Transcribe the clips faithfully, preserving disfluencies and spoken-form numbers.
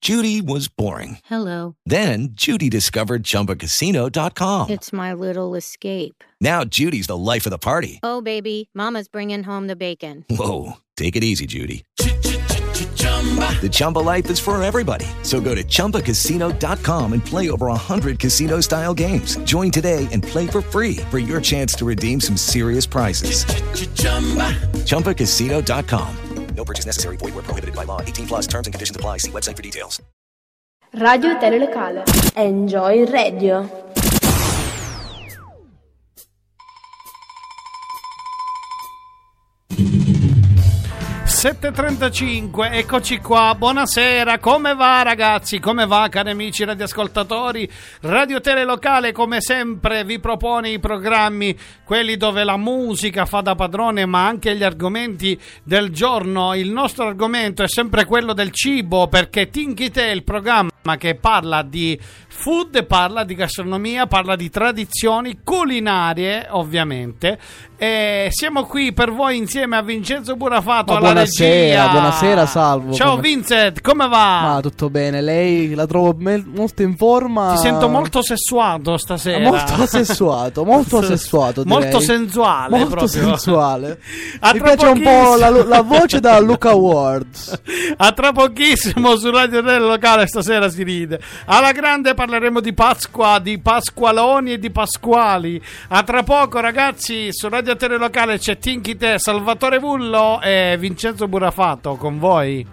Judy was boring. Hello. Then Judy discovered Chumba Casino dot com. It's my little escape. Now Judy's the life of the party. Oh, baby, mama's bringing home the bacon. Whoa, take it easy, Judy. The Chumba life is for everybody. So go to Chumba Casino dot com and play over one hundred casino-style games. Join today and play for free for your chance to redeem some serious prizes. Chumba Casino dot com. No purchase necessary. Void where prohibited by law. eighteen plus terms and conditions apply. See website for details. Radio Telelocale. Enjoy Radio. sette e trentacinque, eccoci qua, buonasera, come va ragazzi, come va cari amici radioascoltatori? Radio Telelocale come sempre vi propone i programmi, quelli dove la musica fa da padrone ma anche gli argomenti del giorno. Il nostro argomento è sempre quello del cibo, perché Tinky Te è il programma che parla di food, parla di gastronomia, parla di tradizioni culinarie ovviamente, e siamo qui per voi insieme a Vincenzo Burafato Ma alla buonasera, regia. buonasera, salvo. Ciao come... Vincent, come va? Ma tutto bene, lei la trovo me- molto in forma. Ti sento molto sessuato stasera. Molto sessuato, molto sessuato direi. Molto sensuale Molto proprio. sensuale. A Mi tra piace un po' pochissimo. la, la voce da Luca Awards. A tra pochissimo su Radio Telelocale stasera si ride. Alla grande parleremo di Pasqua, di Pasqualoni e di Pasquali. A tra poco ragazzi su Radio Telelocale c'è Tinky Te, Salvatore Vullo e Vincenzo Burafato con voi.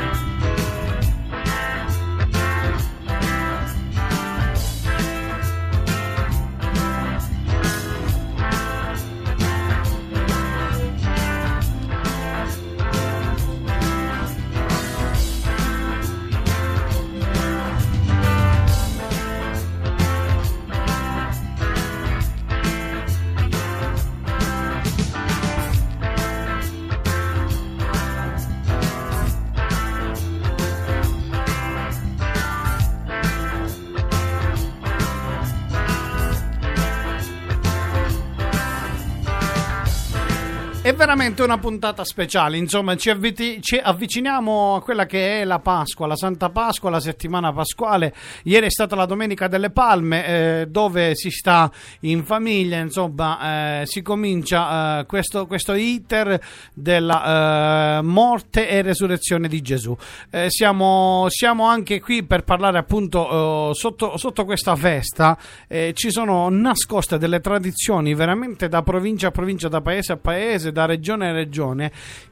È veramente una puntata speciale, insomma ci, avviti- ci avviciniamo a quella che è la Pasqua, la Santa Pasqua, la settimana pasquale. Ieri è stata la Domenica delle Palme, eh, dove si sta in famiglia, insomma eh, si comincia eh, questo, questo iter della eh, morte e resurrezione di Gesù. Eh, siamo, siamo anche qui per parlare appunto eh, sotto, sotto questa festa, eh, ci sono nascoste delle tradizioni veramente da provincia a provincia, da paese a paese, da regione a regione,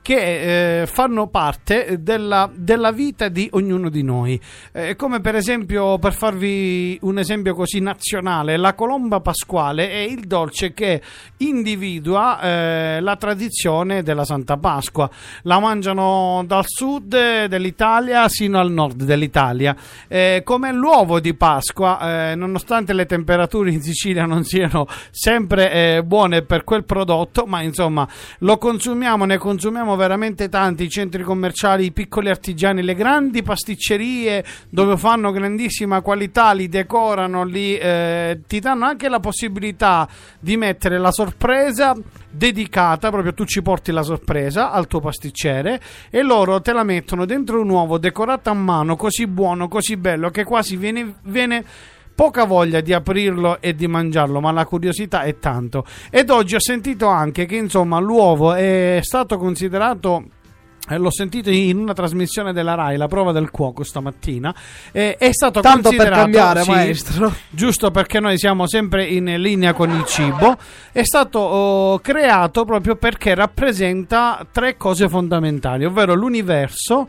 che eh, fanno parte della, della vita di ognuno di noi, eh, come per esempio, per farvi un esempio così nazionale, la colomba pasquale è il dolce che individua eh, la tradizione della Santa Pasqua. La mangiano dal sud dell'Italia sino al nord dell'Italia, eh, come l'uovo di Pasqua, eh, nonostante le temperature in Sicilia non siano sempre eh, buone per quel prodotto, ma insomma lo consumiamo, ne consumiamo veramente tanti. I centri commerciali, i piccoli artigiani, le grandi pasticcerie dove fanno grandissima qualità, li decorano, li, eh, ti danno anche la possibilità di mettere la sorpresa dedicata, proprio tu ci porti la sorpresa al tuo pasticcere e loro te la mettono dentro un uovo decorato a mano, così buono, così bello che quasi viene... viene poca voglia di aprirlo e di mangiarlo, ma la curiosità è tanto. Ed oggi ho sentito anche che insomma l'uovo è stato considerato, eh, l'ho sentito in una trasmissione della Rai, La prova del cuoco stamattina, eh, è stato tanto considerato, per cambiare, sì, maestro, giusto perché noi siamo sempre in linea con il cibo, è stato oh, creato proprio perché rappresenta tre cose fondamentali, ovvero l'universo,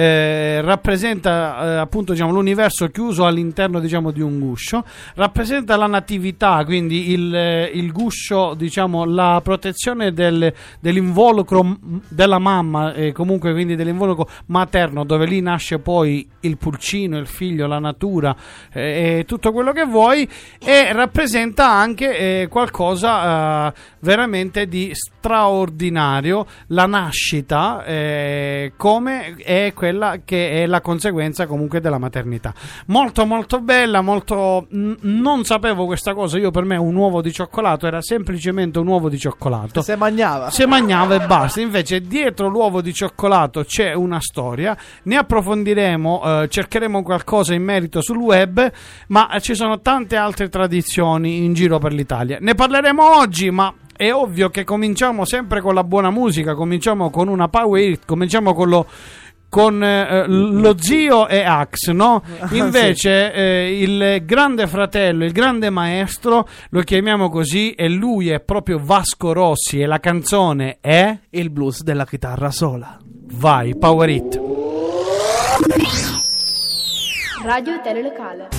eh, rappresenta eh, appunto diciamo l'universo chiuso all'interno diciamo di un guscio, rappresenta la natività, quindi il, eh, il guscio, diciamo la protezione del, dell'involucro della mamma, eh, comunque quindi dell'involucro materno, dove lì nasce poi il pulcino, il figlio, la natura eh, e tutto quello che vuoi, e rappresenta anche eh, qualcosa eh, veramente di straordinario, la nascita eh, come è quella che è la conseguenza comunque della maternità. Molto molto bella, molto n- non sapevo questa cosa, io per me un uovo di cioccolato era semplicemente un uovo di cioccolato, se mangiava se mangiava e basta, invece dietro l'uovo di cioccolato cioccolato c'è una storia, ne approfondiremo, eh, cercheremo qualcosa in merito sul web, ma ci sono tante altre tradizioni in giro per l'Italia. Ne parleremo oggi, ma è ovvio che cominciamo sempre con la buona musica, cominciamo con una power hit, cominciamo con lo con eh, lo zio e Axe, no? Invece eh, il grande fratello, il grande maestro, lo chiamiamo così, e lui è proprio Vasco Rossi e la canzone è Il blues della chitarra sola. Vai, power hit. Radio Telelocale.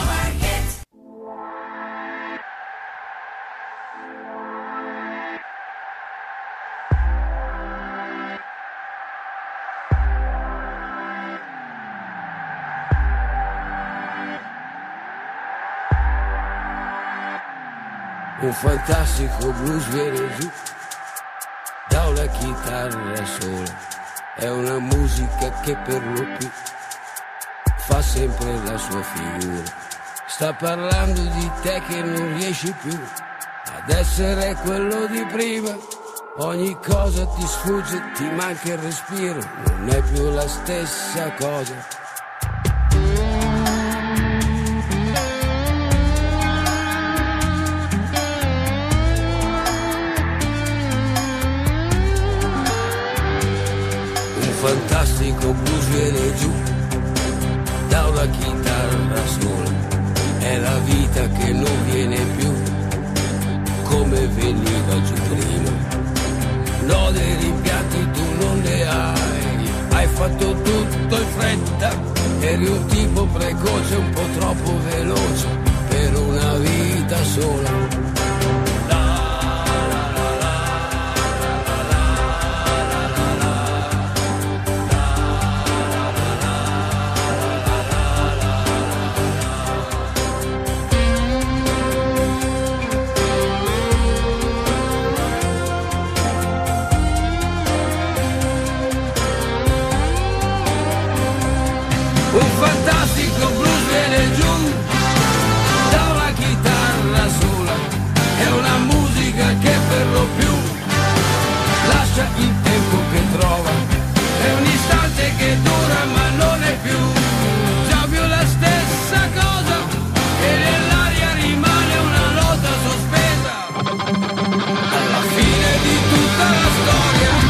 Un fantastico blues viene giù da una chitarra sola, è una musica che per lo più fa sempre la sua figura. Sta parlando di te che non riesci più ad essere quello di prima, ogni cosa ti sfugge, ti manca il respiro, non è più la stessa cosa. Fantastico blues viene giù da una chitarra sola, è la vita che non viene più come veniva giù prima. No, dei rimpianti tu non ne hai, hai fatto tutto in fretta, eri un tipo precoce, un po' troppo veloce per una vita sola. Un fantastico blues viene giù da una chitarra sola, è una musica che per lo più lascia il tempo che trova, è un istante che dura ma non è più già più la stessa cosa, e nell'aria rimane una nota sospesa alla fine di tutta la storia.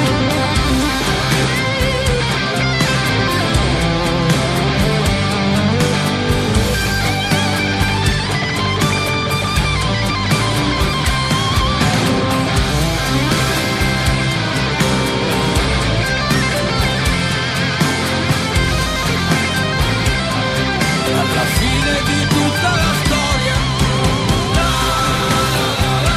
Alla fine di tutta la storia. La, la, la,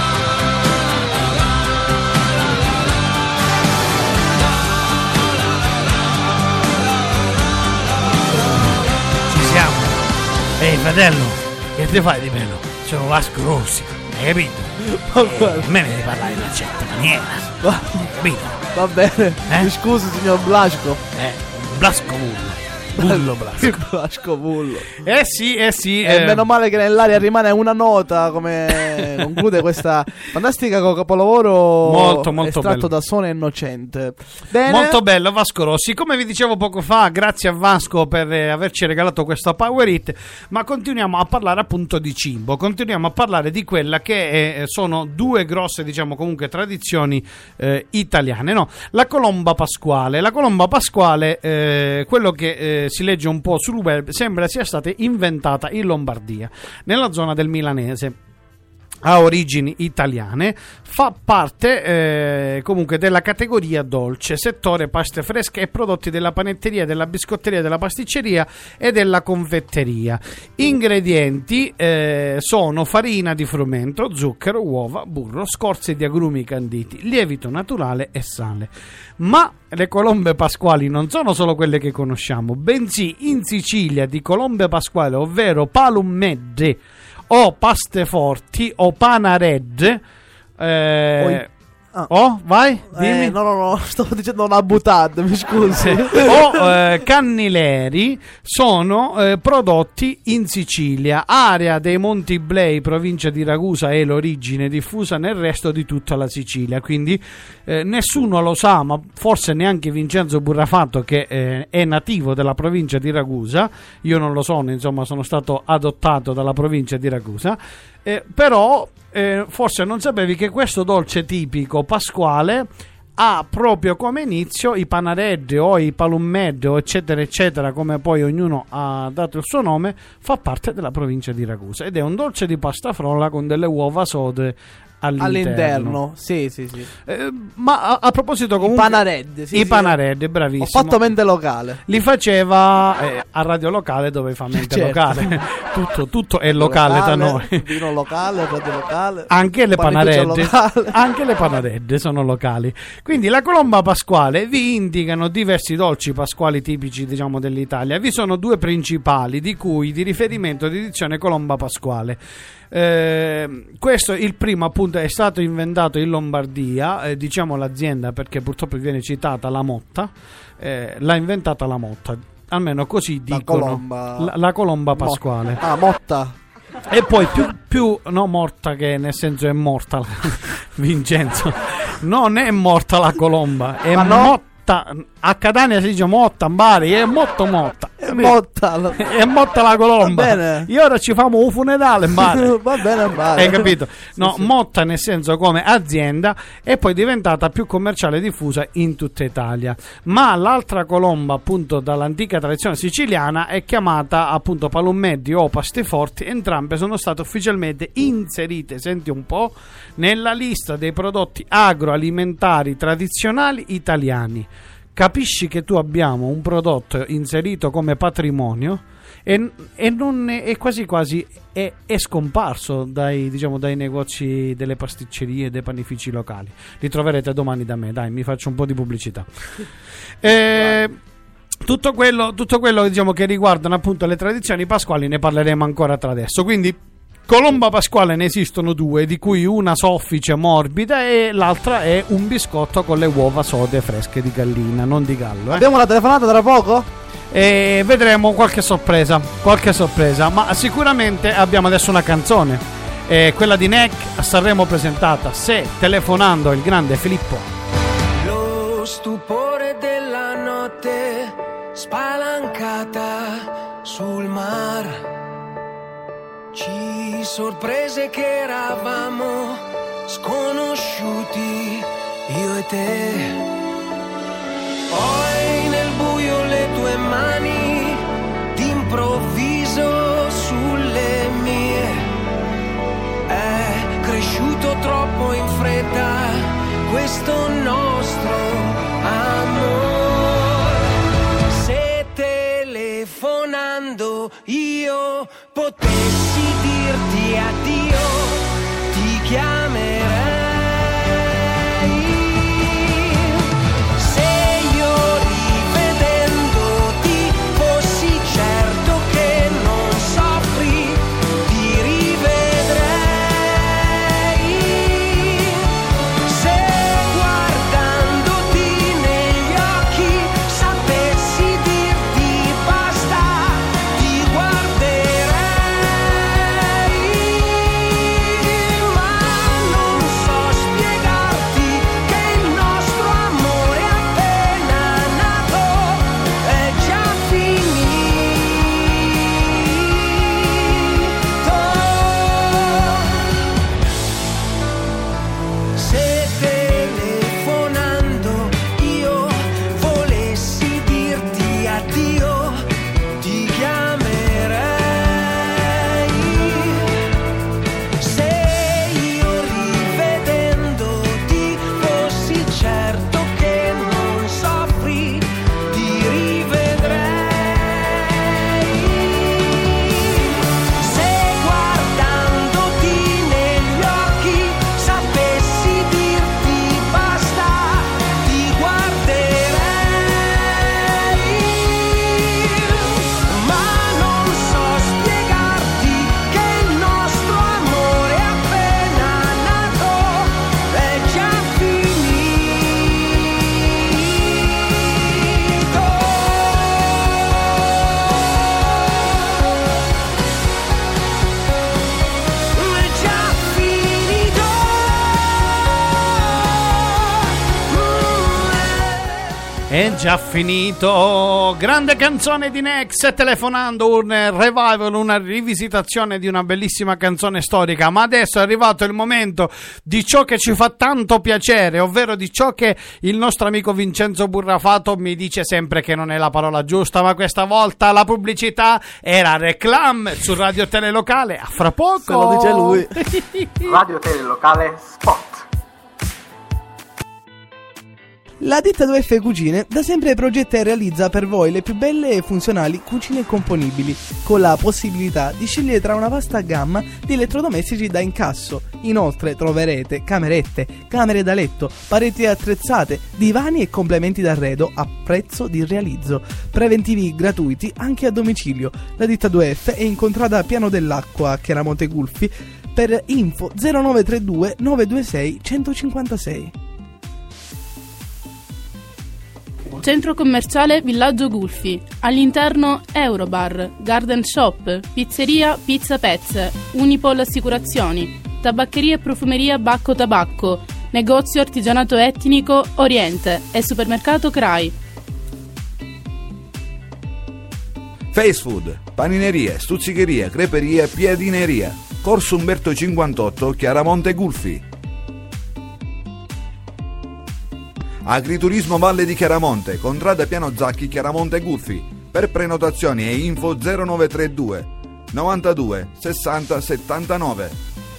Ci siamo. Ehi fratello, che ti fai di meno? Sono Vasco Rossi, hai capito? Eh, a me ne devi parlare in una certa maniera, hai capito? Va bene, Eh? mi scusi signor Blasco. Eh, Blasco Bullo. Bullo Blasco. Blasco Bullo. Eh sì, eh sì. E eh. meno male che nell'aria rimane una nota, come conclude questa fantastica capolavoro Molto, molto estratto bello. da Sole Innocente. Bene. Molto bello Vasco Rossi, come vi dicevo poco fa, grazie a Vasco per eh, averci regalato questa Power Hit, ma continuiamo a parlare appunto di cibo, continuiamo a parlare di quella che è, sono due grosse, diciamo comunque, tradizioni eh, italiane, no? La colomba pasquale, la colomba pasquale, eh, quello che eh, si legge un po' sul web, sembra sia stata inventata in Lombardia, nella zona del Milanese. Ha origini italiane, fa parte eh, comunque della categoria dolce, settore paste fresche e prodotti della panetteria, della biscotteria, della pasticceria e della confetteria. Ingredienti eh, sono farina di frumento, zucchero, uova, burro, scorze di agrumi canditi, lievito naturale e sale. Ma le colombe pasquali non sono solo quelle che conosciamo, bensì in Sicilia di colombe pasquali, ovvero palummedde o paste forti o panaredde, eh, Ah. Oh, vai, dimmi. Eh, no, no, no, stavo dicendo una buttata, mi scusi. o eh, cannileri sono eh, prodotti in Sicilia, area dei Monti Iblei, provincia di Ragusa, è l'origine, diffusa nel resto di tutta la Sicilia, quindi eh, nessuno lo sa, ma forse neanche Vincenzo Burrafatto, che eh, è nativo della provincia di Ragusa. Io non lo sono, insomma, sono stato adottato dalla provincia di Ragusa, eh, però eh, forse non sapevi che questo dolce tipico pasquale ha proprio come inizio i panareddi o i palummeddi o eccetera eccetera, come poi ognuno ha dato il suo nome, fa parte della provincia di Ragusa ed è un dolce di pasta frolla con delle uova sode all'interno, all'interno. Sì, sì, sì. Eh, ma a, a proposito comunque I panareddi, sì, i sì. panareddi, bravissimo. Ho fatto mente locale. Li faceva eh, a Radio Locale, dove fa mente Certo. locale. tutto, tutto è locale, da noi. Vino locale, radio locale. Anche le panificio panaredde, locale. anche le panaredde sono locali. Quindi la colomba pasquale vi indicano diversi dolci pasquali tipici, diciamo, dell'Italia. Vi sono due principali, di cui di riferimento di edizione colomba pasquale. Eh, questo, il primo appunto, è stato inventato in Lombardia, eh, diciamo l'azienda perché purtroppo viene citata, la Motta, eh, l'ha inventata la Motta, almeno così La dicono. colomba. la, la colomba Mo- pasquale. Ah, Motta. E poi più, più no, morta, che nel senso è morta Vincenzo, non è morta la colomba, è Ma no? motta. A Catania si dice motta, Bari è molto motta, È Motta. è motta la colomba. Va bene. E ora ci famo un funerale in Bari. Va bene, va. Hai capito? No, Sì, sì. motta nel senso come azienda, e poi diventata più commerciale e diffusa in tutta Italia. Ma l'altra colomba, appunto, dall'antica tradizione siciliana, è chiamata appunto palummeddi o pastiforti. Entrambe sono state ufficialmente inserite, senti un po', nella lista dei prodotti agroalimentari tradizionali italiani. Capisci che tu abbiamo un prodotto inserito come patrimonio e, e non è, è quasi quasi è, è scomparso dai, diciamo, dai negozi delle pasticcerie, dei panifici locali. Li troverete domani da me, dai, mi faccio un po' di pubblicità. eh, tutto quello, tutto quello diciamo, che riguardano appunto le tradizioni pasquali ne parleremo ancora tra adesso. Quindi colomba pasquale ne esistono due, di cui una soffice morbida e l'altra è un biscotto con le uova sode fresche di gallina, non di gallo. Eh. Abbiamo una telefonata tra poco? E vedremo qualche sorpresa, qualche sorpresa, ma sicuramente abbiamo adesso una canzone, eh, quella di Neck, a Sanremo presentata Se telefonando il grande Filippo. Lo stupore della notte spalancata sul mar ci sorprese che eravamo sconosciuti, io e te. Poi nel buio le tue mani d'improvviso sulle mie. È cresciuto troppo in fretta questo nostro amore. Se telefonando io potessi dirti addio, ti chiamerei. Se io rivedendoti fossi certo che non soffri, ti rivedrei. Se guardandoti negli occhi sapessi dirti basta, ti guarderei. Ma non so È già finito. Grande canzone di Nex, telefonando, un revival, una rivisitazione di una bellissima canzone storica. Ma adesso è arrivato il momento di ciò che ci fa tanto piacere, ovvero di ciò che il nostro amico Vincenzo Burrafato mi dice sempre che non è la parola giusta, ma questa volta la pubblicità era reclam su Radio Tele Locale. A fra poco. Se lo dice lui. Radio Tele Locale Spot. La ditta due F Cucine da sempre progetta e realizza per voi le più belle e funzionali cucine componibili, con la possibilità di scegliere tra una vasta gamma di elettrodomestici da incasso. Inoltre troverete camerette, camere da letto, pareti attrezzate, divani e complementi d'arredo a prezzo di realizzo. Preventivi gratuiti anche a domicilio. La ditta due F è incontrata a Piano dell'Acqua a Chiaramonte Gulfi. Per info zero nove tre due nove due sei uno zero cinque sei. Centro commerciale Villaggio Gulfi. All'interno Eurobar, Garden Shop, Pizzeria Pizza Pez, Unipol Assicurazioni, Tabaccheria e Profumeria Bacco Tabacco, Negozio Artigianato Etnico Oriente e Supermercato Crai. Fast food, paninerie, stuzzicherie, creperie, piadineria. Corso Umberto cinquantotto, Chiaramonte Gulfi. Agriturismo Valle di Chiaramonte, contrada Piano Zacchi, Chiaramonte Gulfi. Per prenotazioni e info zero nove tre due novantadue sessanta settantanove.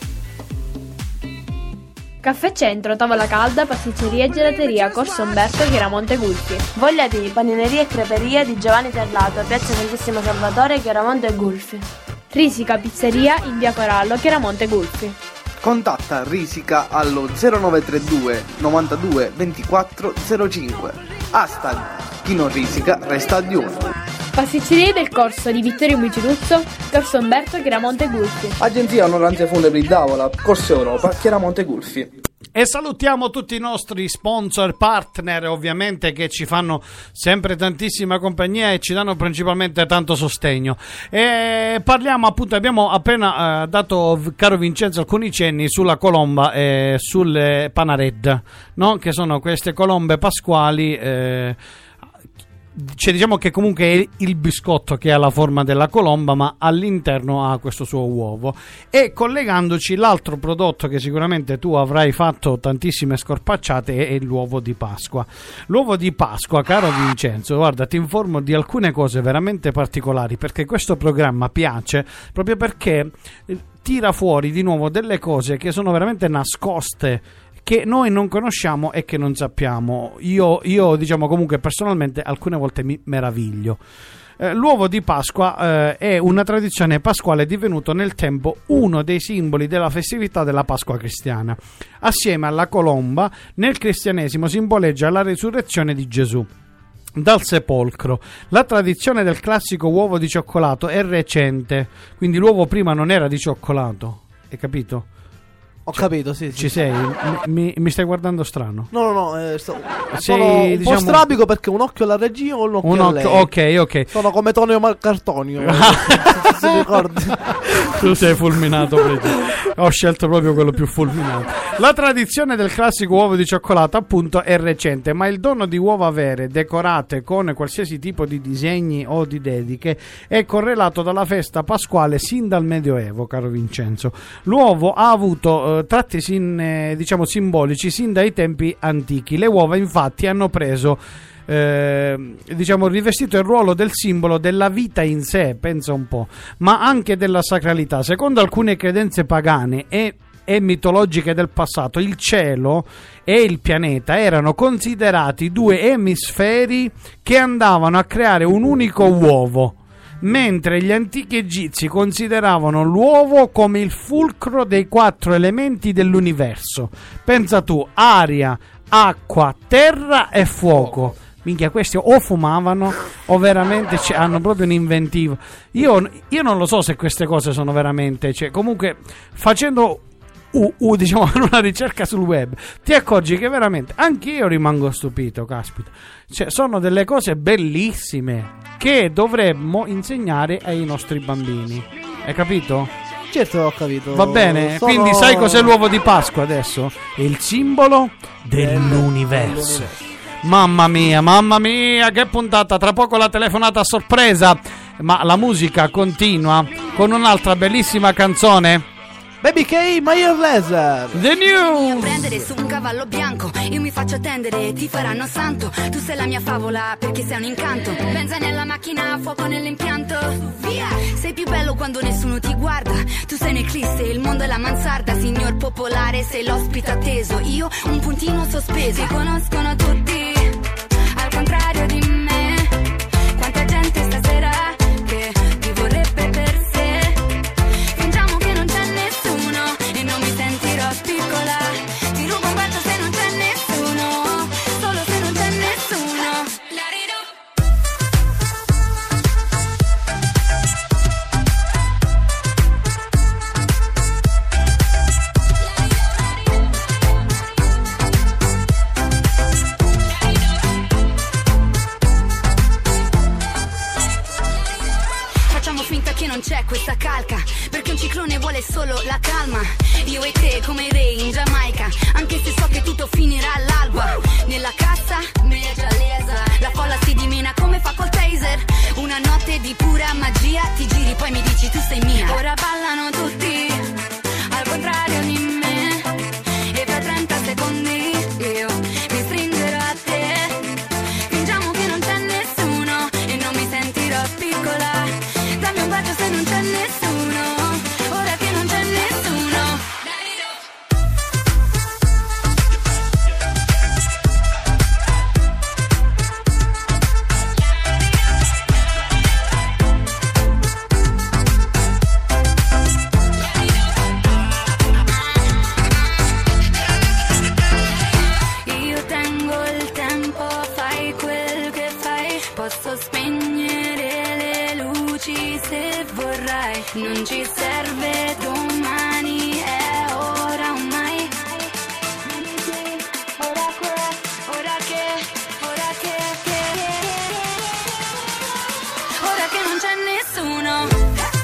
Caffè Centro, tavola calda, pasticceria e gelateria, Corso Umberto, Chiaramonte Gulfi. Voglia di panineria e creperia di Giovanni Terlato, Piazza Santissimo Salvatore, Chiaramonte Gulfi. Risica Pizzeria in via Corallo, Chiaramonte Gulfi. Contatta Risica allo zero nove tre due novantadue ventiquattro zero cinque. Hashtag chi non risica resta a diurno. Pasticceria del Corso di Vittorio Miciluzzo, Corso Umberto, Chiaramonte Gulfi. Agenzia Onoranze Funebri Davola, Corso Europa, Chiaramonte Gulfi. E salutiamo tutti i nostri sponsor, partner ovviamente, che ci fanno sempre tantissima compagnia e ci danno principalmente tanto sostegno. E parliamo appunto, abbiamo appena eh, dato, caro Vincenzo, alcuni cenni sulla colomba e sulle panared, no? Che sono queste colombe pasquali. Eh, Cioè, diciamo che comunque è il biscotto che ha la forma della colomba, ma all'interno ha questo suo uovo. E collegandoci, l'altro prodotto che sicuramente tu avrai fatto tantissime scorpacciate è l'uovo di Pasqua. L'uovo di Pasqua, caro Vincenzo, guarda, ti informo di alcune cose veramente particolari, perché questo programma piace proprio perché tira fuori di nuovo delle cose che sono veramente nascoste, che noi non conosciamo e che non sappiamo. Io, io diciamo comunque personalmente alcune volte mi meraviglio. Eh, l'uovo di Pasqua eh, è una tradizione pasquale divenuto nel tempo uno dei simboli della festività della Pasqua cristiana. Assieme alla colomba, nel cristianesimo simboleggia la risurrezione di Gesù dal sepolcro. La tradizione del classico uovo di cioccolato è recente, quindi l'uovo prima non era di cioccolato, hai capito? Ho capito, sì, sì. Ci sei? Mi, mi stai guardando strano? No, no, no, eh, sto, Sei, sono un diciamo, po' strabico perché un occhio alla regia o un occhio un a occhio, lei. ok, ok. Sono come Tonio Marcartonio. Se ricordi. Tu sei fulminato, prego. Ho scelto proprio quello più fulminato. La tradizione del classico uovo di cioccolato appunto è recente, ma il dono di uova vere decorate con qualsiasi tipo di disegni o di dediche è correlato dalla festa pasquale sin dal Medioevo, caro Vincenzo. L'uovo ha avuto eh, tratti sin, eh, diciamo simbolici sin dai tempi antichi. Le uova infatti hanno preso Eh, diciamo rivestito il ruolo del simbolo della vita in sé, pensa un po', ma anche della sacralità. Secondo alcune credenze pagane e, e mitologiche del passato, il cielo e il pianeta erano considerati due emisferi che andavano a creare un unico uovo, mentre gli antichi egizi consideravano l'uovo come il fulcro dei quattro elementi dell'universo. Pensa tu, aria, acqua, terra e fuoco. Minchia, questi o fumavano o veramente c- hanno proprio un inventivo. Io, io non lo so se queste cose sono veramente, cioè, comunque facendo uh, uh, diciamo una ricerca sul web ti accorgi che veramente anche io rimango stupito, caspita. Cioè, sono delle cose bellissime che dovremmo insegnare ai nostri bambini. Hai capito? Certo, ho capito. Va bene, Sono... quindi sai cos'è l'uovo di Pasqua adesso? È il simbolo dell'universo. Mamma mia, mamma mia, che puntata. Tra poco la telefonata a sorpresa, ma la musica continua con un'altra bellissima canzone. Baby K, Major Lazer. The News. Prendere su un cavallo bianco, io mi faccio attendere, ti faranno santo. Tu sei la mia favola perché sei un incanto. Benza nella macchina, fuoco nell'impianto. Via! Sei più bello quando nessuno ti guarda. Tu sei un'eclisse, il mondo è la mansarda. Signor popolare, sei l'ospite atteso. Io un puntino sospeso. Ti conoscono tutti, al contrario di me. Quanta gente stasera che ti vorrebbe per sé. Fingiamo che non c'è nessuno e non mi sentirò piccola. Ti rubo un bacio se non c'è nessuno, solo se non c'è nessuno. Facciamo finta che non c'è questa calca, perché un ciclone vuole solo la calma. Io e te come i re in Giamaica, anche se so che tutto finirà all'alba. Nella cassa, media lesa, la folla si dimena come fa col taser. Una notte di pura magia, ti giri poi mi dici tu sei mia. Ora ballano tutti, al contrario di me. E per trenta secondi io mi stringerò a te. Fingiamo che non c'è nessuno e non mi sentirò piccola. Dammi un bacio se non c'è nessuno, ora che non c'è nessuno. Io tengo il tempo, fai quel che fai. Posso spegnere le luci se vorrai. Non ci serve domani, è ora o mai. Ora che, ora che, ora che, che. Ora che non c'è nessuno.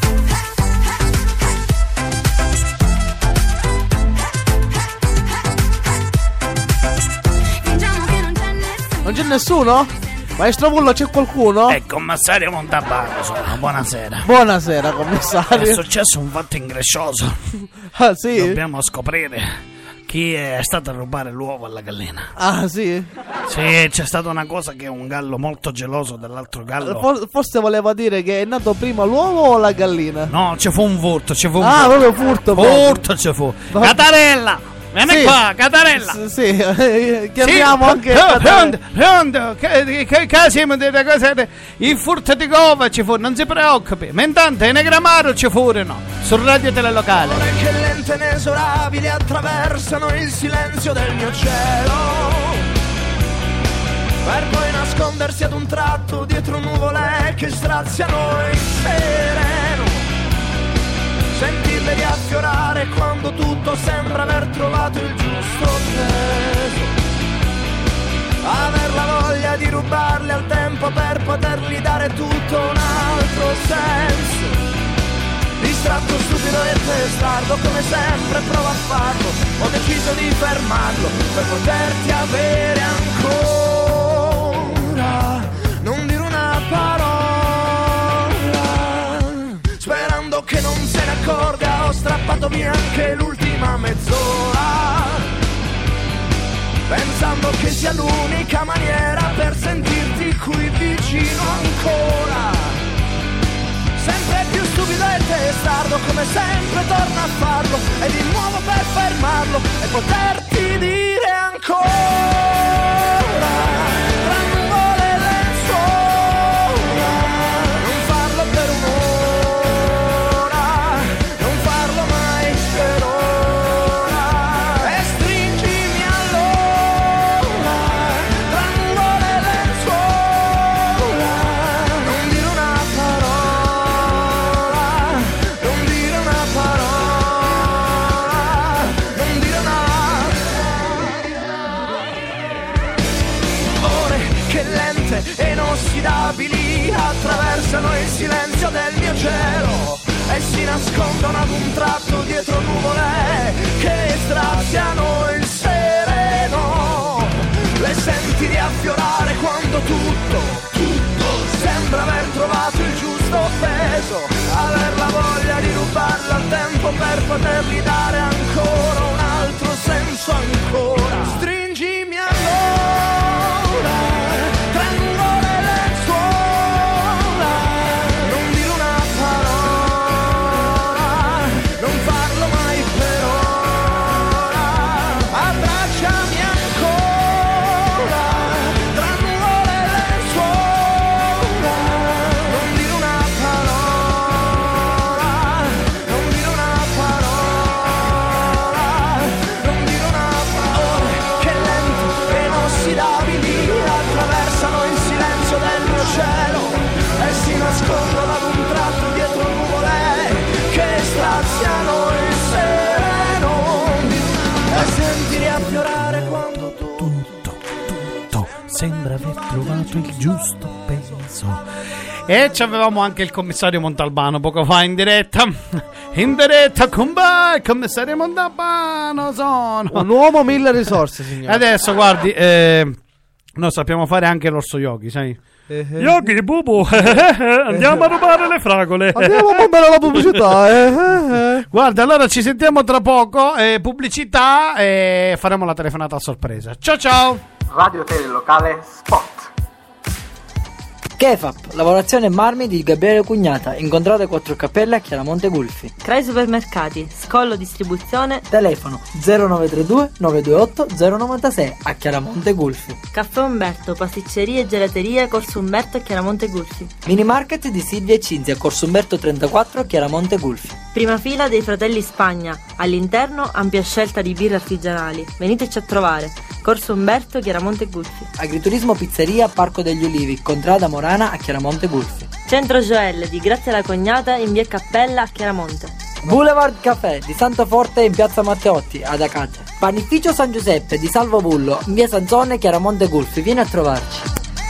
Fingiamo che non c'è nessuno. Non c'è nessuno? Maestro Vullo, c'è qualcuno? È commissario Montalbano, sono. Buonasera. Buonasera, commissario. È successo un fatto ingrescioso. Ah, sì? Dobbiamo scoprire chi è stato a rubare l'uovo alla gallina. Ah, sì? Sì, c'è stata una cosa che un gallo molto geloso dell'altro gallo. For- forse voleva dire che è nato prima l'uovo o la gallina? No, ci fu un furto, ci fu un Ah, furto. proprio furto. Furto ci fu. Va- Catarella! Vieni Sì. qua, Catarella! S- sì, eh, chiamiamo Sì, anche pronto, Catarella. pronto, che, che, che siamo delle cose, il furto di cova ci fu, non si preoccupi, ma intanto i negramaro ci furono, su Radio Telelocale. Ore che lente e inesorabili attraversano il silenzio del mio cielo, per poi nascondersi ad un tratto dietro nuvole che straziano il sereno. Sentirle riaffiorare quando tutto sembra aver trovato il giusto peso. Aver la voglia di rubarle al tempo per potergli dare tutto un altro senso. Distratto, stupido e testardo, come sempre provo a farlo. Ho deciso di fermarlo per poterti avere ancora. Non dire una parola, sperando che non se ne accorga. Ho strappato via anche l'ultima mezz'ora, pensando che sia l'unica maniera per sentirti qui vicino ancora. Sempre più stupido e testardo, come sempre torno a farlo, e di nuovo per fermarlo e poterti dire ancora. Tra nuvole e lenzuola, non farlo per un'ora, non farlo mai per ora, e stringimi allora. Tra nuvole e lenzuola, non dire una parola, non dire una parola, non dire una. Ore che lente e inossidabili attraversano il silenzio del mio cielo e si nascondono ad un tratto dietro nuvole che straziano il sereno. Le senti riaffiorare tutto, tutto sembra aver trovato il giusto peso, aver la voglia di rubarla al tempo per potergli dare ancora un altro senso ancora. Stringimi allora tra nuvole e lenzuola, non dire una parola, non farlo mai per ora, abbracciami ancora tra nuvole e lenzuola, non dire una parola, non dire una parola, non dire una parola, che lento e inossidabili attraversano il silenzio del mio cielo e si nascondono ad un tratto dietro nuvole che straziano il sereno e sentire affiorare quando tutto, tutto sembra aver trovato il giusto peso. E ci avevamo anche il commissario Montalbano poco fa in diretta. In diretta con me, il commissario Montalbano sono un uomo mille risorse, signore. Adesso guardi, eh, noi sappiamo fare anche l'orso yogi, sai? Eh, eh. Yogi, bubu, andiamo a rubare le fragole. Andiamo a bombare la pubblicità. Eh, eh, eh. Guarda, allora ci sentiamo tra poco, eh, pubblicità e faremo la telefonata a sorpresa. Ciao ciao. Radio Tele Locale Spot. Kefap, lavorazione marmi di Gabriele Cugnata, incontrate quattro Cappelle a Chiaramonte Gulfi. Crai Supermercati, Scollo Distribuzione, Telefono zero nove tre due nove due otto zero nove sei a Chiaramonte Gulfi. Caffè Umberto, Pasticceria e Gelateria, Corso Umberto a Chiaramonte Gulfi. Mini Market di Silvia e Cinzia, Corso Umberto trentaquattro a Chiaramonte Gulfi. Prima fila dei Fratelli Spagna, all'interno ampia scelta di birre artigianali. Veniteci a trovare. Corso Umberto, Chiaramonte Gulfi. Agriturismo Pizzeria, Parco degli Ulivi, Contrada Morana a Chiaramonte Gulfi. Centro Joel di Grazia la Cognata in via Cappella a Chiaramonte. Boulevard Café di Santa Forte in piazza Matteotti ad Acate. Panificio San Giuseppe di Salvo Bullo in via Sanzone, Chiaramonte Gulfi. Vieni a trovarci.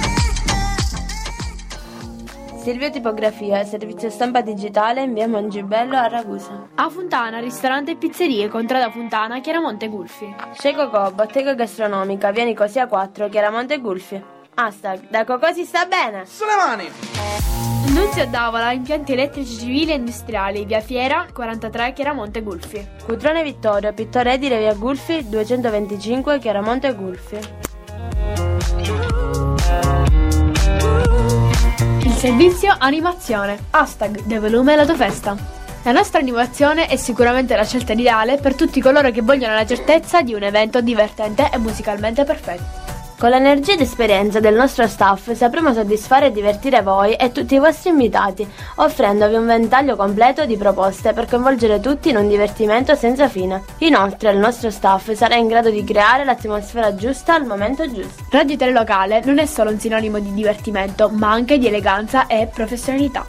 Silvio Tipografia, servizio stampa digitale in via Mangibello a Ragusa. A Fontana, ristorante e pizzerie, Contrada Fontana, Chiaramonte Gulfi. Chez Coco, bottega gastronomica, via Nicosia quattro, Chiaramonte Gulfi. Hashtag, da Coco si sta bene! Sulle mani! Nunzio Davola, impianti elettrici civili e industriali, via Fiera, quarantatré, Chiaramonte Gulfi. Cutrone Vittorio, pittore edile via Gulfi, duecentoventicinque, Chiaramonte Gulfi. Il servizio animazione. Hashtag, De volume alla tua festa. La nostra animazione è sicuramente la scelta ideale per tutti coloro che vogliono la certezza di un evento divertente e musicalmente perfetto. Con l'energia ed esperienza del nostro staff sapremo soddisfare e divertire voi e tutti i vostri invitati, offrendovi un ventaglio completo di proposte per coinvolgere tutti in un divertimento senza fine. Inoltre il nostro staff sarà in grado di creare l'atmosfera giusta al momento giusto. Radio Tele Locale non è solo un sinonimo di divertimento, ma anche di eleganza e professionalità.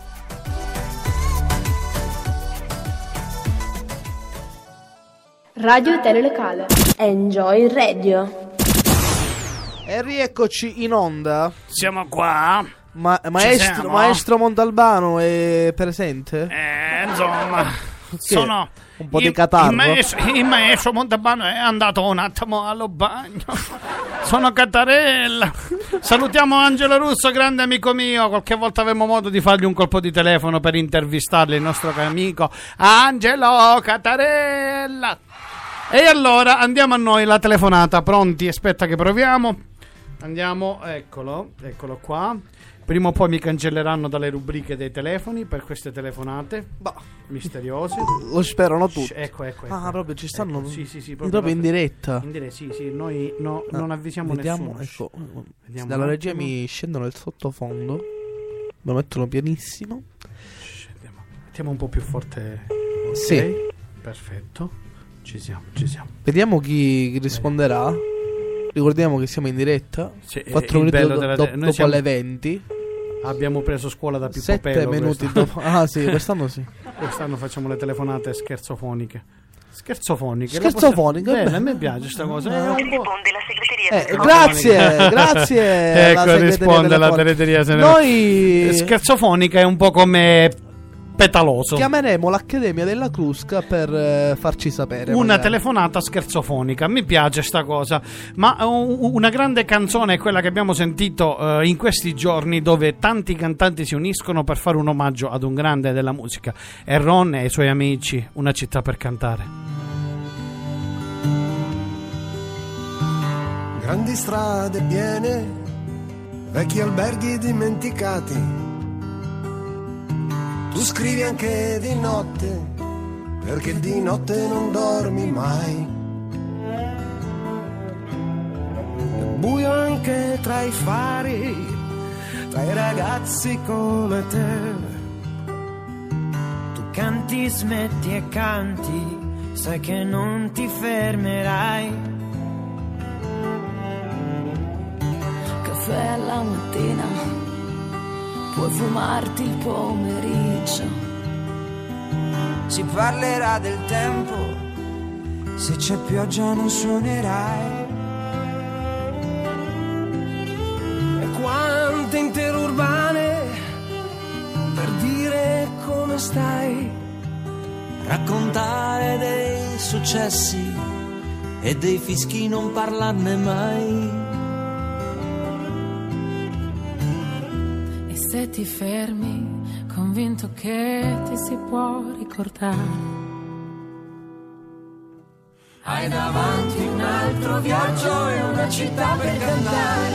Radio Tele Locale. Enjoy Radio. E rieccoci in onda. Siamo qua. Ma, maestro, siamo. maestro Montalbano è presente? Eh, insomma, sono un po' il, di catarro. Il maestro, il maestro Montalbano è andato un attimo allo bagno. Sono Cattarella. Salutiamo Angelo Russo, grande amico mio. Qualche volta avremo modo di fargli un colpo di telefono per intervistarlo, il nostro amico Angelo Cattarella. E allora andiamo a noi la telefonata. Pronti? Aspetta che proviamo. Andiamo, eccolo, eccolo qua. Prima o poi mi cancelleranno dalle rubriche dei telefoni per queste telefonate bah. misteriose. Lo sperano tutti. Sh- ecco, ecco, ecco. Ah, proprio ci stanno. Ecco, sì, sì, sì, proprio, proprio in diretta. In diretta, sì, sì. Noi no, ah, non avvisiamo vediamo, nessuno. Ecco, vediamo dalla regia mi scendono il sottofondo. Lo mettono pianissimo. Scendiamo. Mettiamo un po' più forte. Okay. Sì. Perfetto. Ci siamo, ci siamo. Vediamo chi risponderà. Ricordiamo che siamo in diretta. Sì, quattro minuti do- della do- te- dopo siamo... le venti. Abbiamo preso scuola da Pippo sette Pello minuti quest'anno. dopo. Ah sì, quest'anno sì. Quest'anno facciamo le telefonate scherzofoniche. Scherzofoniche. Scherzofoniche. Bene, a me piace questa cosa. È un po'... Eh, grazie, grazie. Ecco, risponde la segreteria. Noi Scherzofonica è un po' come petaloso. Chiameremo l'Accademia della Crusca per eh, farci sapere. Una magari. telefonata scherzofonica, mi piace sta cosa. Ma uh, una grande canzone è quella che abbiamo sentito uh, in questi giorni, dove tanti cantanti si uniscono per fare un omaggio ad un grande della musica. E Ron e i suoi amici, Una città per cantare. Grandi strade piene, vecchi alberghi dimenticati. Tu scrivi anche di notte, perché di notte non dormi mai. È buio anche tra i fari, tra i ragazzi come te. Tu canti, smetti e canti, sai che non ti fermerai. Caffè alla mattina, puoi fumarti il pomeriggio. Si parlerà del tempo, se c'è pioggia non suonerai. E quante interurbane per dire come stai. Raccontare dei successi e dei fischi, non parlarne mai. E se ti fermi, convinto che ti si può ricordare. Hai davanti un altro viaggio e una città per cantare.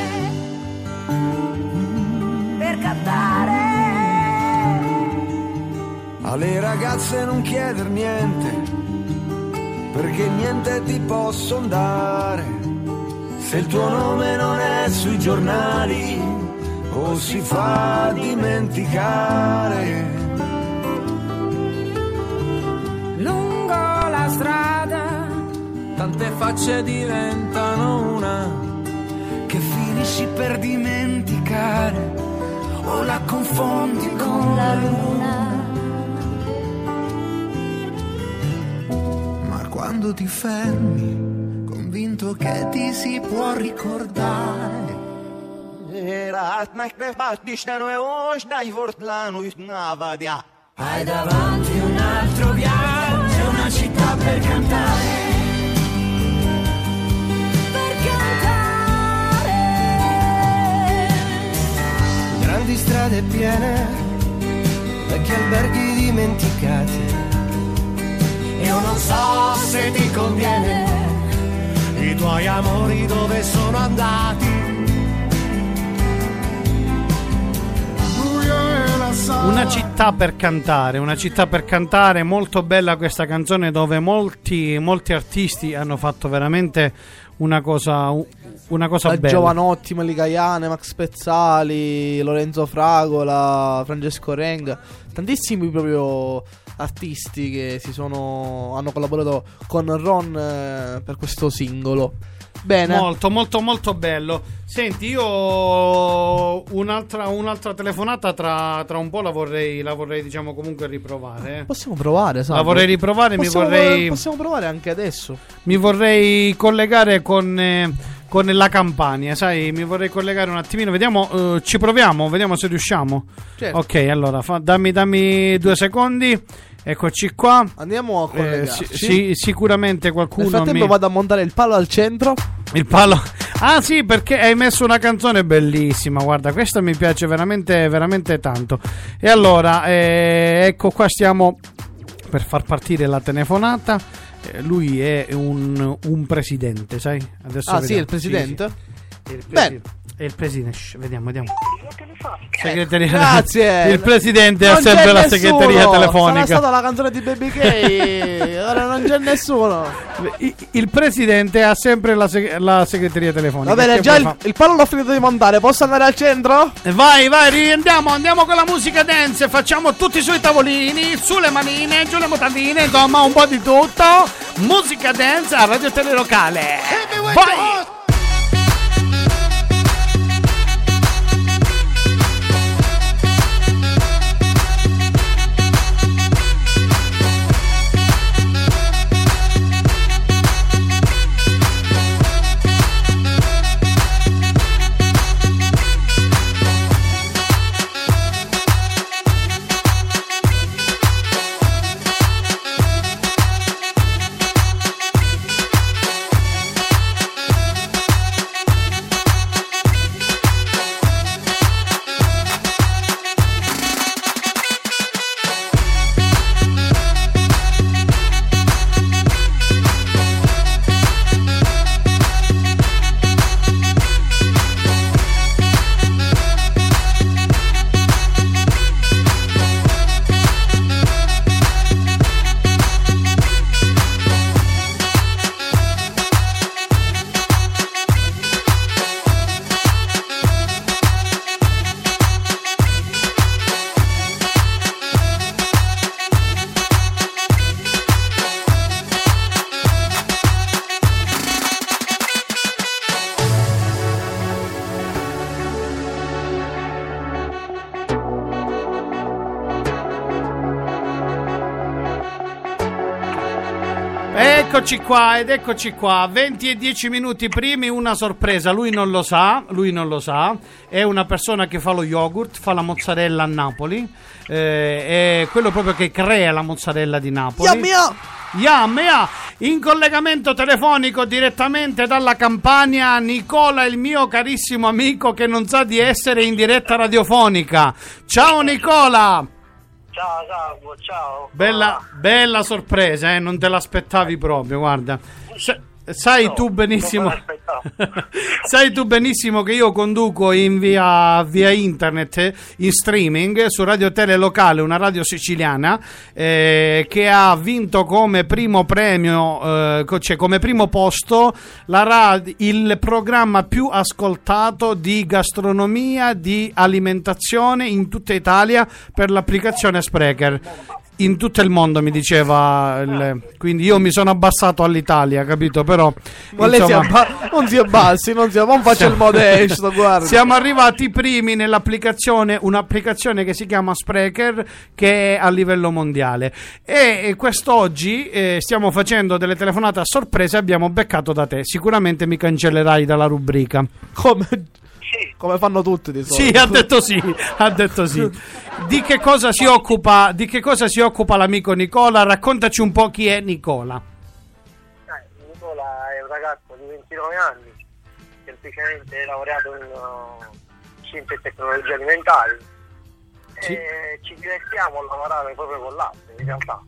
Per cantare. Alle ragazze non chieder niente, perché niente ti posson dare. Se il tuo nome non è sui giornali o si fa dimenticare. Lungo la strada tante facce diventano una, che finisci per dimenticare o la confondi con la luna. Ma quando ti fermi, convinto che ti si può ricordare. Hai davanti un altro viaggio, una città per cantare. Per cantare. Grandi strade piene, vecchi alberghi dimenticati. Io non so se ti conviene, i tuoi amori dove sono andati. Una città per cantare, una città per cantare, molto bella questa canzone, dove molti, molti artisti hanno fatto veramente una cosa, una cosa La bella. Giovanotti, Melicaiane, Max Pezzali, Lorenzo Fragola, Francesco Renga, tantissimi proprio artisti che si sono hanno collaborato con Ron eh, per questo singolo. Bene. Molto, molto, molto bello. Senti, io un'altra, un'altra telefonata tra, tra un po' la vorrei, la vorrei, diciamo, comunque riprovare. eh. Possiamo provare, sai? La vorrei riprovare, possiamo, mi vorrei... Possiamo provare anche adesso. Mi vorrei collegare con... Eh, con la Campania, sai, mi vorrei collegare un attimino, vediamo, uh, ci proviamo, vediamo se riusciamo. Certo. Ok, allora, fa, dammi, dammi due secondi, eccoci qua. Andiamo a collegarci. Eh, si, si, sicuramente qualcuno. Nel frattempo mi... vado a montare il palo al centro. Il palo. Ah sì, perché hai messo una canzone bellissima, guarda, questa mi piace veramente, veramente tanto. E allora, eh, ecco qua, stiamo per far partire la telefonata. Lui è un, un presidente, sai? Adesso ah, vediamo. sì, il presidente? Sì, sì. Il presi- è il presidente. Shh, vediamo, vediamo. Segreteria. Grazie. Il presidente non ha sempre la nessuno. segreteria telefonica. Sarà stata la canzone di Baby K. Ora non c'è nessuno. Il presidente ha sempre la, seg- la segreteria telefonica. Va bene, già il, il palo l'ho finito di montare. Posso andare al centro? Vai, vai, riandiamo, andiamo con la musica dance. Facciamo tutti sui tavolini, sulle manine, giù le mutandine, insomma, un po' di tutto. Musica dance a Radio Tele Locale. Vai! eccoci qua, ed eccoci qua, venti e dieci minuti primi, una sorpresa, lui non lo sa, lui non lo sa, è una persona che fa lo yogurt, fa la mozzarella a Napoli, eh, è quello proprio che crea la mozzarella di Napoli. Yum, yum. Yam, yam. In collegamento telefonico direttamente dalla Campania, Nicola, il mio carissimo amico che non sa di essere in diretta radiofonica. Ciao Nicola! Ciao Salvo, ciao. Bella, bella sorpresa, eh? Non te l'aspettavi proprio, guarda. Sa- sai no, tu benissimo sai tu benissimo che io conduco in via, via internet, in streaming su Radio Tele Locale, una radio siciliana eh, che ha vinto come primo premio, eh, cioè come primo posto la rad- il programma più ascoltato di gastronomia, di alimentazione in tutta Italia per l'applicazione Spreaker. In tutto il mondo, mi diceva il... quindi io mi sono abbassato all'Italia, capito? Però ma lei insomma... si abba... non si abbassi, non, si... non faccia siamo... il modesto, guarda. Siamo arrivati primi nell'applicazione, un'applicazione che si chiama Spreaker, che è a livello mondiale, e quest'oggi eh, stiamo facendo delle telefonate a sorpresa e abbiamo beccato da te. Sicuramente mi cancellerai dalla rubrica. Come? Come fanno tutti di solito. Sì, ha detto sì, ha detto sì. Di che cosa si occupa, di che cosa si occupa l'amico Nicola? Raccontaci un po' chi è Nicola. Eh, Nicola è un ragazzo di ventinove anni, semplicemente laureato in uh, scienze e tecnologie alimentari. Sì. E ci divertiamo a lavorare proprio con latte, in realtà.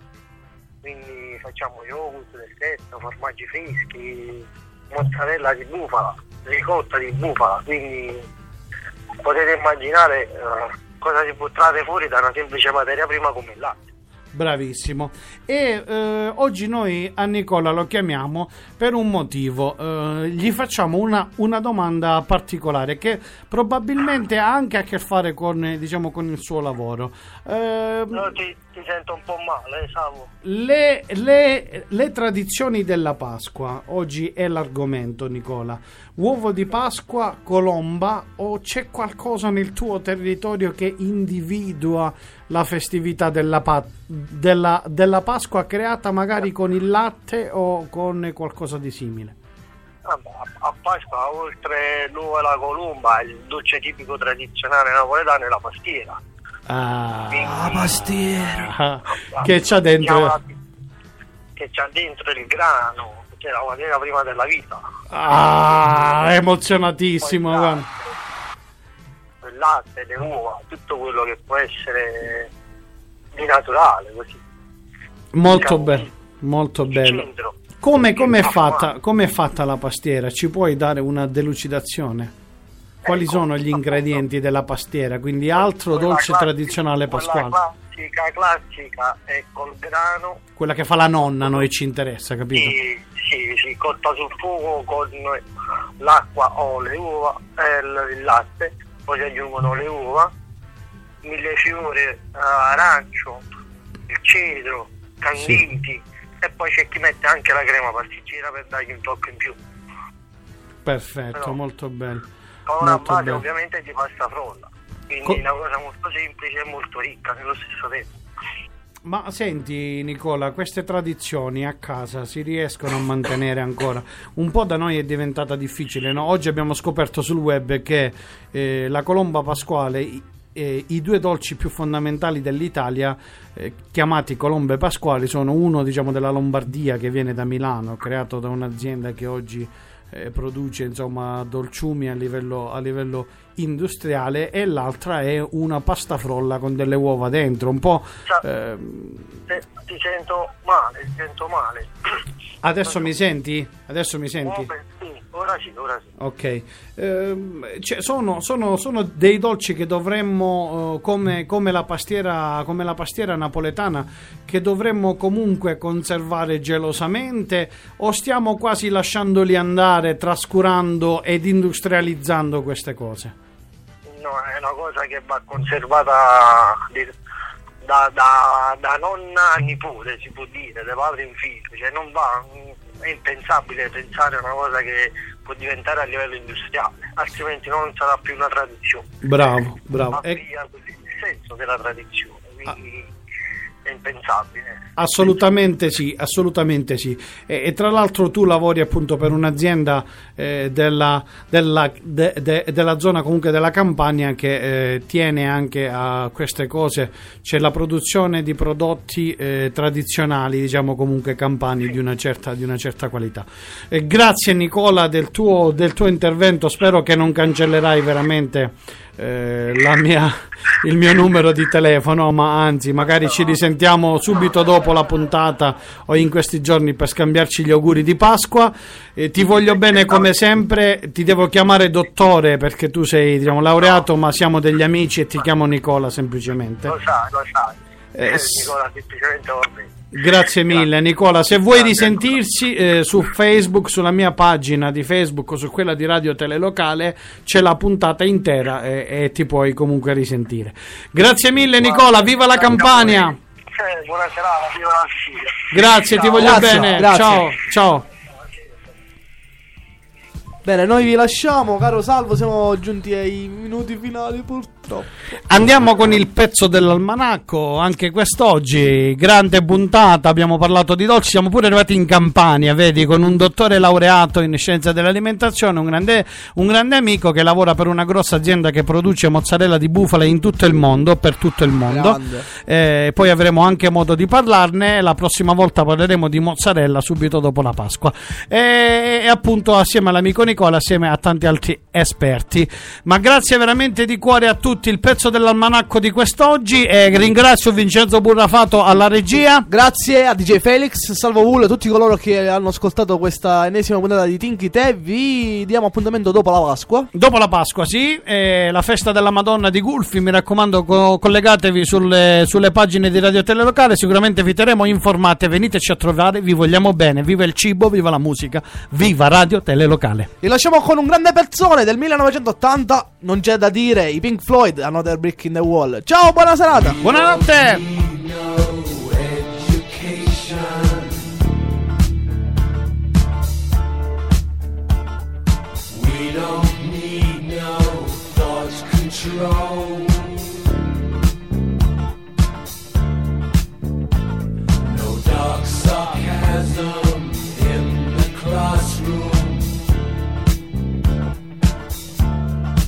Quindi facciamo yogurt del stesso, formaggi freschi, mozzarella di bufala, ricotta di bufala, quindi potete immaginare uh, cosa si può trarre fuori da una semplice materia prima come il latte. Bravissimo. E eh, oggi noi a Nicola lo chiamiamo per un motivo, eh, gli facciamo una, una domanda particolare che probabilmente ha anche a che fare con, diciamo, con il suo lavoro. Eh, no, ti, ti sento un po' male, Salvo. Le, le, le tradizioni della Pasqua, oggi è l'argomento, Nicola. Uovo di Pasqua, colomba, o c'è qualcosa nel tuo territorio che individua la festività della, pa- della, della Pasqua creata magari con il latte o con qualcosa di simile? A, a Pasqua, oltre l'uovo e la colomba, il dolce tipico tradizionale napoletano è la pastiera. Ah, Quindi, la pastiera che c'ha dentro che c'ha dentro il grano, che è la materia prima della vita. Ah, emozionatissimo. Il latte, il latte, le uova, tutto quello che può essere di naturale, così. Molto bello, molto bello. Come è fatta, come è fatta la pastiera? Ci puoi dare una delucidazione? Quali ecco, sono gli ingredienti della pastiera? Quindi altro dolce classica, tradizionale pasquale. Quella classica, classica è col grano. Quella che fa la nonna, a noi ci interessa, capito? Sì, sì, sì, cotta sul fuoco con l'acqua o le uova, eh, il latte, poi si aggiungono le uova, millefiori, uh, arancio, il cedro, canditi, sì. E poi c'è chi mette anche la crema pasticcera per dargli un tocco in più. Perfetto, però, molto bello. Con una molto base bello. ovviamente di pasta frolla, quindi Co- una cosa molto semplice e molto ricca nello stesso tempo. Ma senti Nicola, queste tradizioni a casa si riescono a mantenere ancora? Un po' da noi è diventata difficile, no? Oggi abbiamo scoperto sul web che eh, la colomba pasquale, i, eh, i due dolci più fondamentali dell'Italia, eh, chiamati colombe pasquali, sono uno, diciamo, della Lombardia, che viene da Milano, creato da un'azienda che oggi eh, produce, insomma, dolciumi a livello, a livello industriale, e l'altra è una pasta frolla con delle uova dentro, un po'. Cioè, eh, ti sento male, ti sento male. Adesso mi senti? Adesso mi senti? Sì, ora sì, ora sì. Ok. Eh, cioè, sono, sono, sono dei dolci che dovremmo, uh, come, come la pastiera, come la pastiera napoletana, che dovremmo comunque conservare gelosamente, o stiamo quasi lasciandoli andare, trascurando ed industrializzando queste cose? No, è una cosa che va conservata di, da, da, da nonna a nipote, si può dire, da padre in figlio, cioè non va, è impensabile pensare a una cosa che può diventare a livello industriale, altrimenti non sarà più una tradizione. Bravo, bravo. Ma via così il senso della tradizione, quindi ah. è impensabile. Assolutamente sì, assolutamente sì. E, e tra l'altro tu lavori appunto per un'azienda eh, della, della, de, de, della zona comunque della Campania che eh, tiene anche a queste cose. C'è la produzione di prodotti eh, tradizionali, diciamo comunque campani di una certa, di una certa qualità. Eh, grazie Nicola del tuo, del tuo intervento, spero che non cancellerai veramente Eh, la mia, il mio numero di telefono, ma anzi magari ci risentiamo subito dopo la puntata o in questi giorni per scambiarci gli auguri di Pasqua. Eh, ti voglio bene come sempre, ti devo chiamare dottore perché tu sei, diciamo, laureato, ma siamo degli amici e ti chiamo Nicola semplicemente. Lo sai, lo sai. Eh, Eh, Nicola, semplicemente va bene. Grazie mille Nicola, se vuoi risentirci eh, su Facebook, sulla mia pagina di Facebook o su quella di Radio Telelocale c'è la puntata intera e, e ti puoi comunque risentire. Grazie mille Nicola, viva la Campania! Eh, buona serata, viva la Sicilia. Grazie, Ciao. ti voglio Grazie, bene, grazie. ciao ciao. Bene, noi vi lasciamo, caro Salvo, siamo giunti ai minuti finali purtroppo. Andiamo con il pezzo dell'almanacco, anche quest'oggi, grande puntata, abbiamo parlato di dolci, siamo pure arrivati in Campania, vedi, con un dottore laureato in scienze dell'alimentazione, un grande, un grande amico che lavora per una grossa azienda che produce mozzarella di bufala in tutto il mondo, per tutto il mondo. Eh, poi avremo anche modo di parlarne, la prossima volta parleremo di mozzarella subito dopo la Pasqua. E, e appunto assieme all'amico Nicola, assieme a tanti altri esperti. Ma grazie veramente di cuore a tutti, il pezzo dell'almanacco di quest'oggi, e ringrazio Vincenzo Burrafato alla regia. Grazie a D J Felix, Salvo Bull e a tutti coloro che hanno ascoltato questa ennesima puntata di Tinky Te. Vi diamo appuntamento dopo la Pasqua. Dopo la Pasqua, sì, eh, la festa della Madonna di Gulfi, mi raccomando, co- collegatevi sulle, sulle pagine di Radio Telelocale, sicuramente vi terremo informati, veniteci a trovare, vi vogliamo bene, viva il cibo, viva la musica, viva Radio Telelocale. Vi lasciamo con un grande pezzone del millenovecentottanta, non c'è da dire, i Pink Floyd, Another Brick in the Wall. Ciao, buona serata. Buonanotte. We don't need no thought control. No dark sarcasm in the classroom.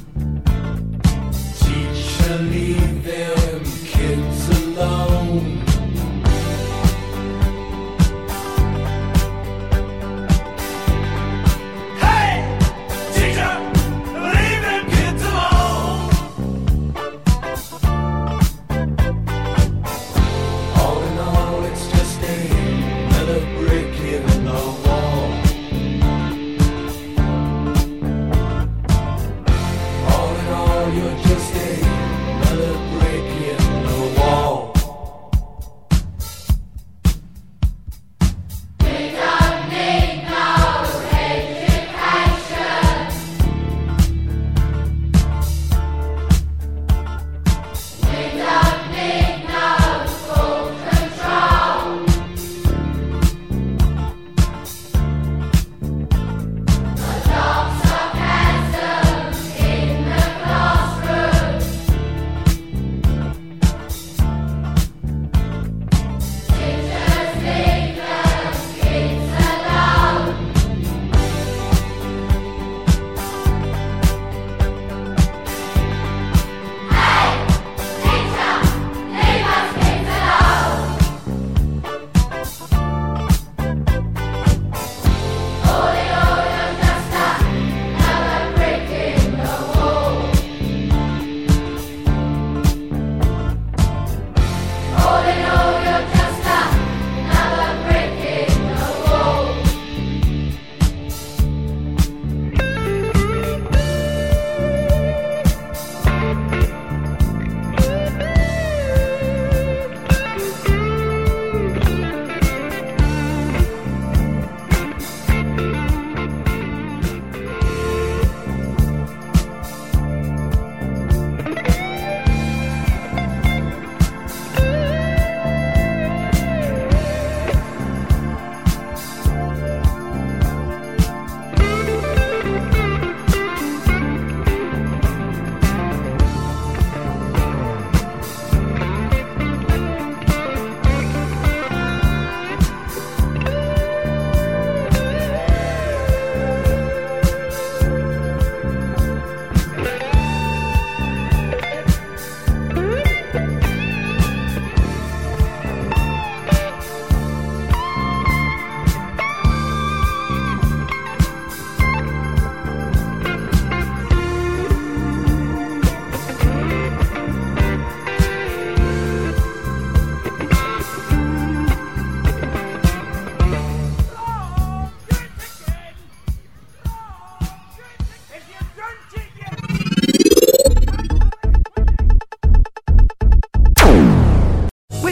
Teacher, leave them kids alone.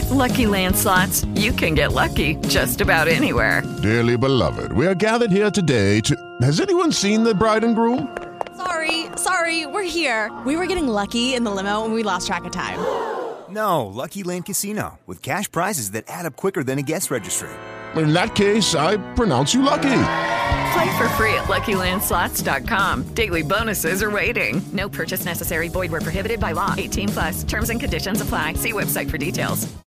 Lucky Land Slots, you can get lucky just about anywhere. Dearly beloved, we are gathered here today to... Has anyone seen the bride and groom? Sorry, sorry, we're here. We were getting lucky in the limo and we lost track of time. No, Lucky Land Casino, with cash prizes that add up quicker than a guest registry. In that case, I pronounce you lucky. Play for free at Lucky Land Slots dot com. Daily bonuses are waiting. No purchase necessary. Void where prohibited by law. eighteen plus. Terms and conditions apply. See website for details.